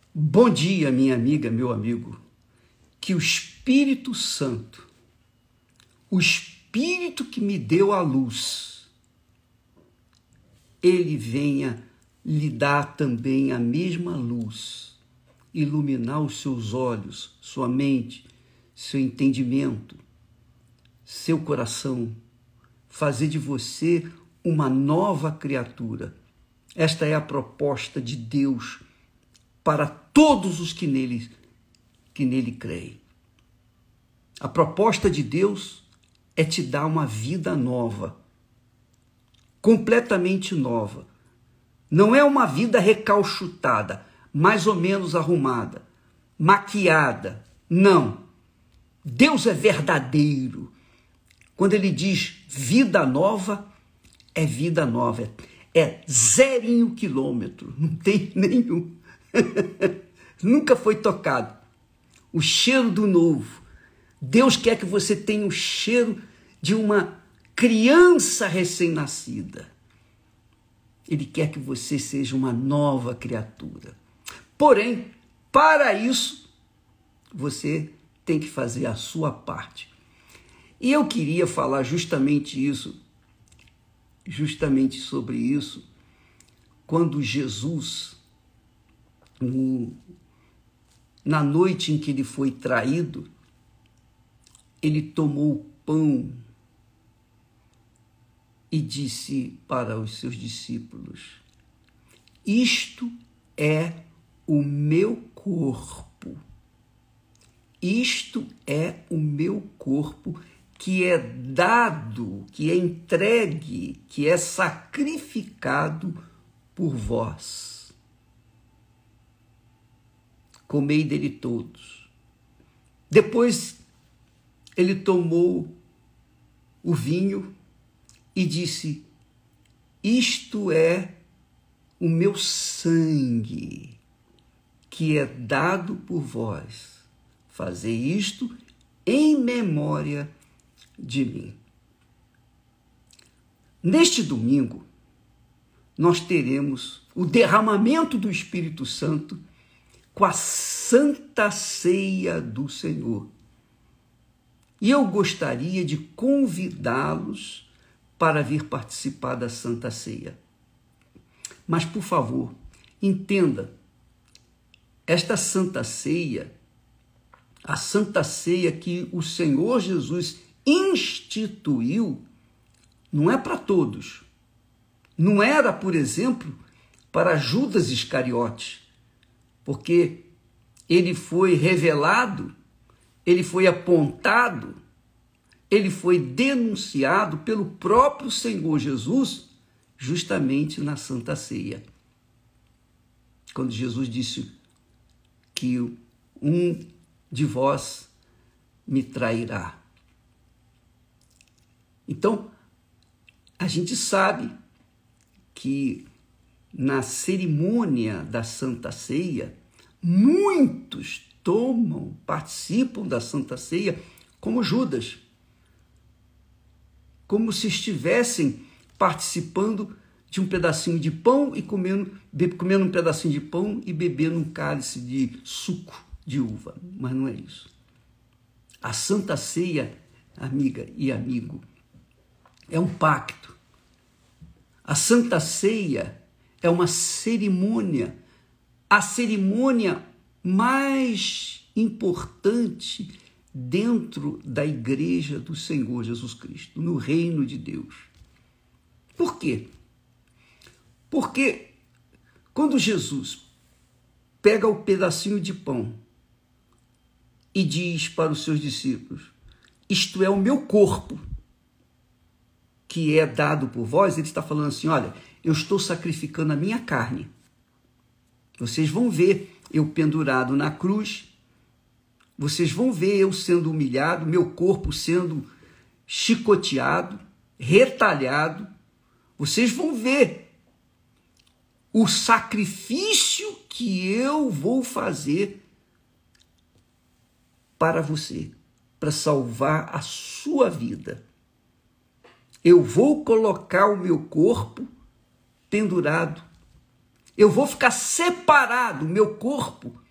Bom dia, minha amiga, meu amigo. Que o Espírito Santo, o Espírito que me deu a luz, ele venha lhe dar também a mesma luz, iluminar os seus olhos, sua mente, seu entendimento, seu coração, fazer de você uma nova criatura. Esta é a proposta de Deus para todos os que nele creem. A proposta de Deus é te dar uma vida nova, completamente nova. Não é uma vida recalchutada, mais ou menos arrumada, maquiada. Não. Deus é verdadeiro. Quando ele diz vida nova, é vida nova. É 0 quilômetro, não tem nenhum. Nunca foi tocado. O cheiro do novo. Deus quer que você tenha o cheiro de uma criança recém-nascida. Ele quer que você seja uma nova criatura. Porém, para isso, você tem que fazer a sua parte. E eu queria falar justamente sobre isso, quando Jesus, na noite em que ele foi traído, ele tomou o pão e disse para os seus discípulos: isto é o meu corpo. Isto é o meu corpo que é dado, que é entregue, que é sacrificado por vós. Comei dele todos. Depois ele tomou o vinho e disse: isto é o meu sangue, que é dado por vós. Fazei isto em memória de mim. Neste domingo, nós teremos o derramamento do Espírito Santo com a Santa Ceia do Senhor. E eu gostaria de convidá-los para vir participar da Santa Ceia. Mas, por favor, entenda, esta Santa Ceia, a Santa Ceia que o Senhor Jesus instituiu, não é para todos. Não era, por exemplo, para Judas Iscariote, porque ele foi revelado, ele foi apontado, ele foi denunciado pelo próprio Senhor Jesus, justamente na Santa Ceia. Quando Jesus disse que um de vós me trairá. Então, a gente sabe que na cerimônia da Santa Ceia, muitos participam da Santa Ceia como Judas, como se estivessem participando de um pedacinho de pão e comendo um pedacinho de pão e bebendo um cálice de suco de uva. Mas não é isso. A Santa Ceia, amiga e amigo, é um pacto. A Santa Ceia é uma cerimônia, a cerimônia mais importante dentro da igreja do Senhor Jesus Cristo, no reino de Deus. Por quê? Porque quando Jesus pega o pedacinho de pão e diz para os seus discípulos: isto é o meu corpo, que é dado por vós, ele está falando assim: olha, eu estou sacrificando a minha carne. Vocês vão ver eu pendurado na cruz, vocês vão ver eu sendo humilhado, meu corpo sendo chicoteado, retalhado. Vocês vão ver o sacrifício que eu vou fazer para você, para salvar a sua vida. Eu vou colocar o meu corpo pendurado. Eu vou ficar separado, o meu corpo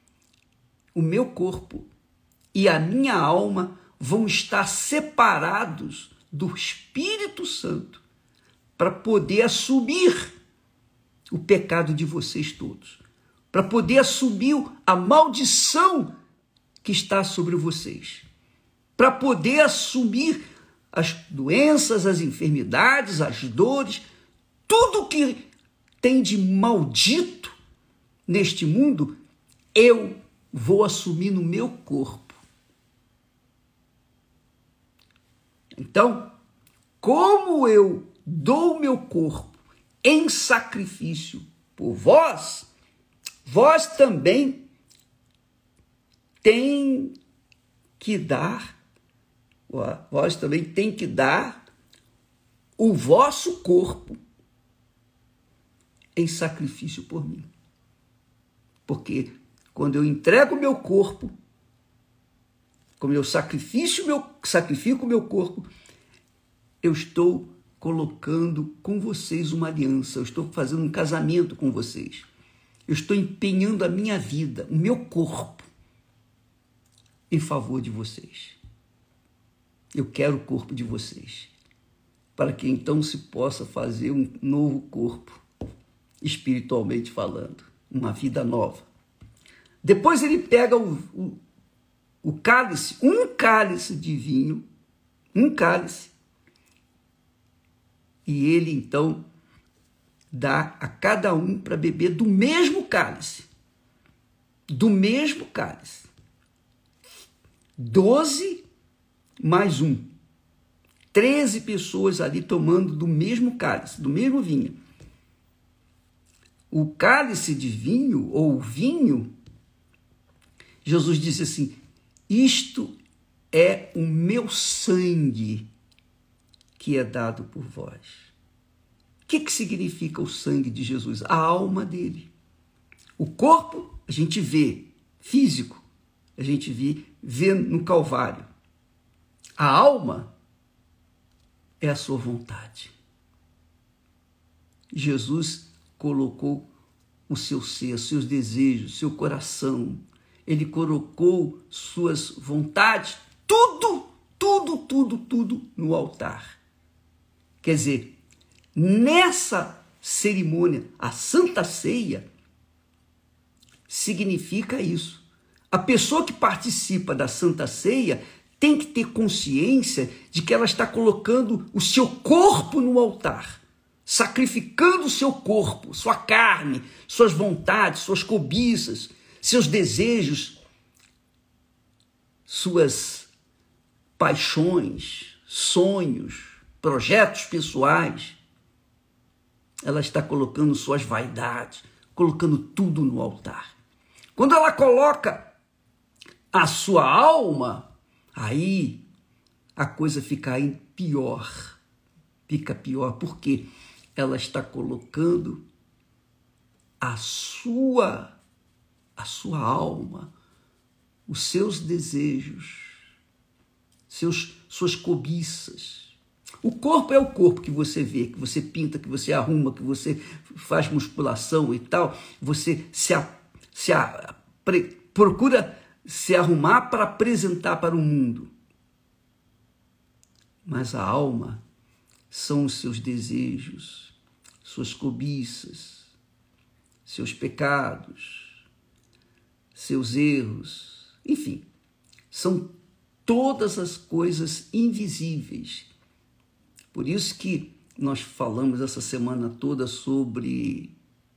o meu corpo e a minha alma vão estar separados do Espírito Santo para poder assumir o pecado de vocês todos, para poder assumir a maldição que está sobre vocês, para poder assumir as doenças, as enfermidades, as dores, tudo que tem de maldito neste mundo, eu vou assumir no meu corpo. Então, como eu dou o meu corpo em sacrifício por vós, vós também tem que dar o vosso corpo em sacrifício por mim. Porque quando eu entrego o meu corpo, como eu sacrifico o meu corpo, eu estou colocando com vocês uma aliança, eu estou fazendo um casamento com vocês. Eu estou empenhando a minha vida, o meu corpo, em favor de vocês. Eu quero o corpo de vocês, para que então se possa fazer um novo corpo, espiritualmente falando, uma vida nova. Depois ele pega o cálice, um cálice de vinho, e ele então dá a cada um para beber do mesmo cálice. 12 mais 1. 13 pessoas ali tomando do mesmo cálice, do mesmo vinho. O cálice de vinho, ou vinho, Jesus disse assim: isto é o meu sangue que é dado por vós. O que significa o sangue de Jesus? A alma dele. O corpo, a gente vê, físico, a gente vê no Calvário. A alma é a sua vontade. Jesus colocou o seu ser, seus desejos, seu coração. Ele colocou suas vontades, tudo no altar. Quer dizer, nessa cerimônia, a Santa Ceia significa isso. A pessoa que participa da Santa Ceia tem que ter consciência de que ela está colocando o seu corpo no altar, sacrificando o seu corpo, sua carne, suas vontades, suas cobiças, seus desejos, suas paixões, sonhos, projetos pessoais. Ela está colocando suas vaidades, colocando tudo no altar. Quando ela coloca a sua alma, aí a coisa fica pior. Fica pior porque ela está colocando a sua alma, os seus desejos, suas cobiças. O corpo é o corpo que você vê, que você pinta, que você arruma, que você faz musculação e tal. Você procura se arrumar para apresentar para o mundo. Mas a alma são os seus desejos, suas cobiças, seus pecados, seus erros, enfim, são todas as coisas invisíveis. Por isso que nós falamos essa semana toda sobre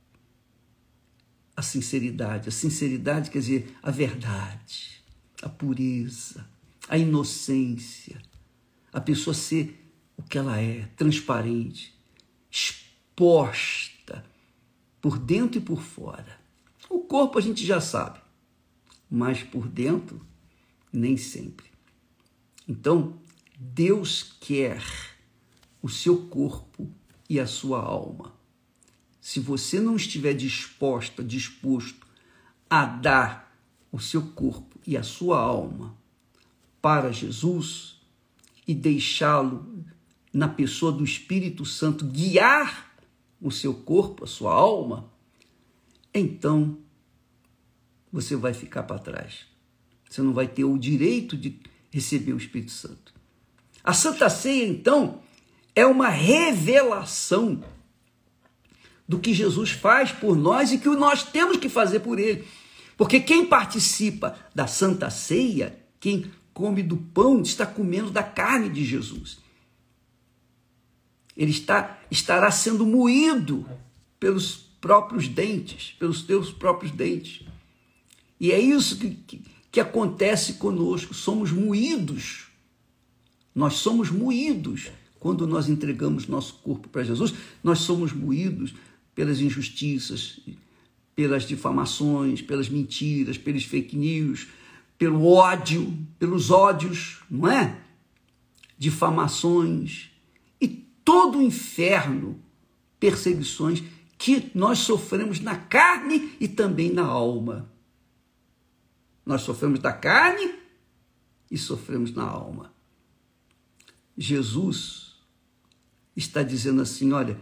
a sinceridade. A sinceridade quer dizer a verdade, a pureza, a inocência, a pessoa ser o que ela é, transparente, exposta por dentro e por fora. O corpo a gente já sabe, mas por dentro nem sempre. Então, Deus quer o seu corpo e a sua alma. Se você não estiver disposto a dar o seu corpo e a sua alma para Jesus e deixá-lo na pessoa do Espírito Santo guiar o seu corpo, a sua alma, então você vai ficar para trás. Você não vai ter o direito de receber o Espírito Santo. A Santa Ceia, então, é uma revelação do que Jesus faz por nós e que nós temos que fazer por ele. Porque quem participa da Santa Ceia, quem come do pão, está comendo da carne de Jesus. Ele estará sendo moído pelos próprios dentes, pelos teus próprios dentes. E é isso que acontece conosco. Somos moídos. Nós somos moídos quando nós entregamos nosso corpo para Jesus. Nós somos moídos pelas injustiças, pelas difamações, pelas mentiras, pelos fake news, pelo ódio, pelos ódios, não é? Difamações e todo o inferno, perseguições que nós sofremos na carne e também na alma. Nós sofremos da carne e sofremos na alma. Jesus está dizendo assim, olha,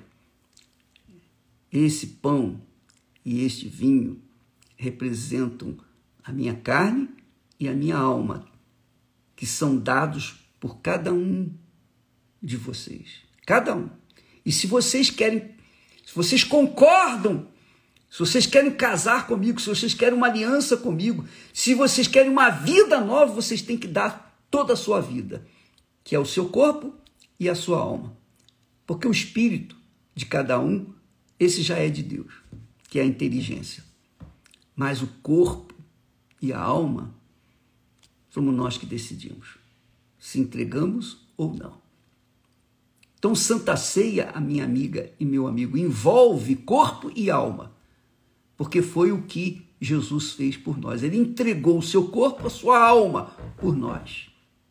esse pão e este vinho representam a minha carne e a minha alma, que são dados por cada um de vocês. Cada um. E se vocês querem, se vocês concordam, se vocês querem casar comigo, se vocês querem uma aliança comigo, se vocês querem uma vida nova, vocês têm que dar toda a sua vida, que é o seu corpo e a sua alma. Porque o espírito de cada um, esse já é de Deus, que é a inteligência. Mas o corpo e a alma, somos nós que decidimos se entregamos ou não. Então, Santa Ceia, a minha amiga e meu amigo, envolve corpo e alma, porque foi o que Jesus fez por nós. Ele entregou o seu corpo, a sua alma, por nós.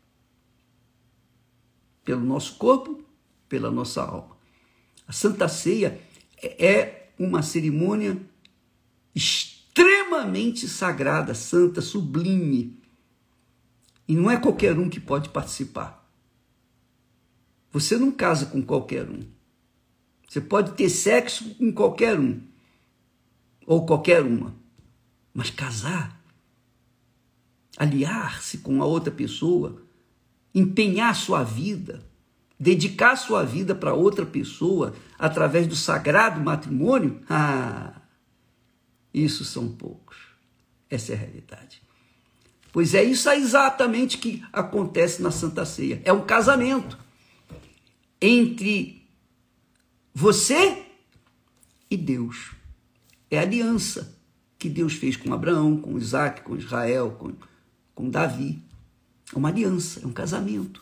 Pelo nosso corpo, pela nossa alma. A Santa Ceia é uma cerimônia extremamente sagrada, santa, sublime. E não é qualquer um que pode participar. Você não casa com qualquer um. Você pode ter sexo com qualquer um. Ou qualquer uma. Mas casar, aliar-se com a outra pessoa, empenhar sua vida, dedicar sua vida para outra pessoa através do sagrado matrimônio, isso são poucos. Essa é a realidade. Pois é isso exatamente que acontece na Santa Ceia. É um casamento entre você e Deus. É a aliança que Deus fez com Abraão, com Isaac, com Israel, com Davi. É uma aliança, é um casamento.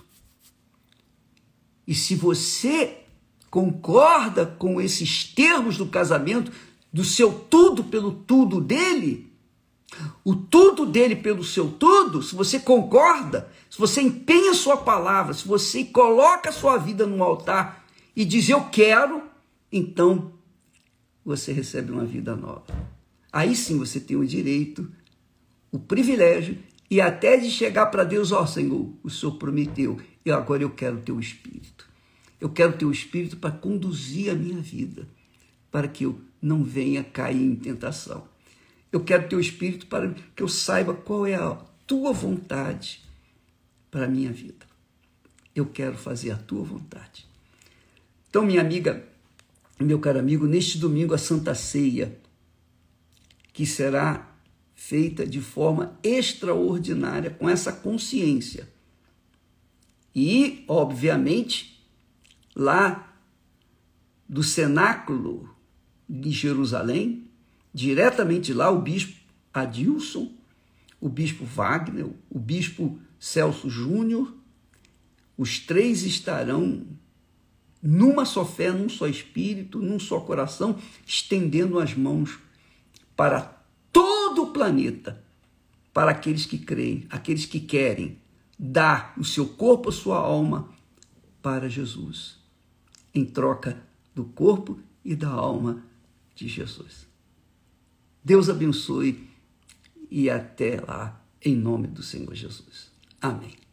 E se você concorda com esses termos do casamento, do seu tudo pelo tudo dele, o tudo dele pelo seu tudo, se você concorda, se você empenha sua palavra, se você coloca a sua vida no altar e diz eu quero, então você recebe uma vida nova. Aí sim você tem o direito, o privilégio e até de chegar para Deus, ó Senhor, o Senhor prometeu, e agora eu quero o teu Espírito. Eu quero o teu Espírito para conduzir a minha vida, para que eu não venha cair em tentação. Eu quero o teu Espírito para que eu saiba qual é a tua vontade para a minha vida. Eu quero fazer a tua vontade. Então, minha amiga, meu caro amigo, neste domingo a Santa Ceia, que será feita de forma extraordinária, com essa consciência. E, obviamente, lá do cenáculo de Jerusalém, diretamente lá, o bispo Adilson, o bispo Wagner, o bispo Celso Júnior, os três estarão numa só fé, num só espírito, num só coração, estendendo as mãos para todo o planeta, para aqueles que creem, aqueles que querem dar o seu corpo, a sua alma para Jesus, em troca do corpo e da alma de Jesus. Deus abençoe e até lá, em nome do Senhor Jesus. Amém.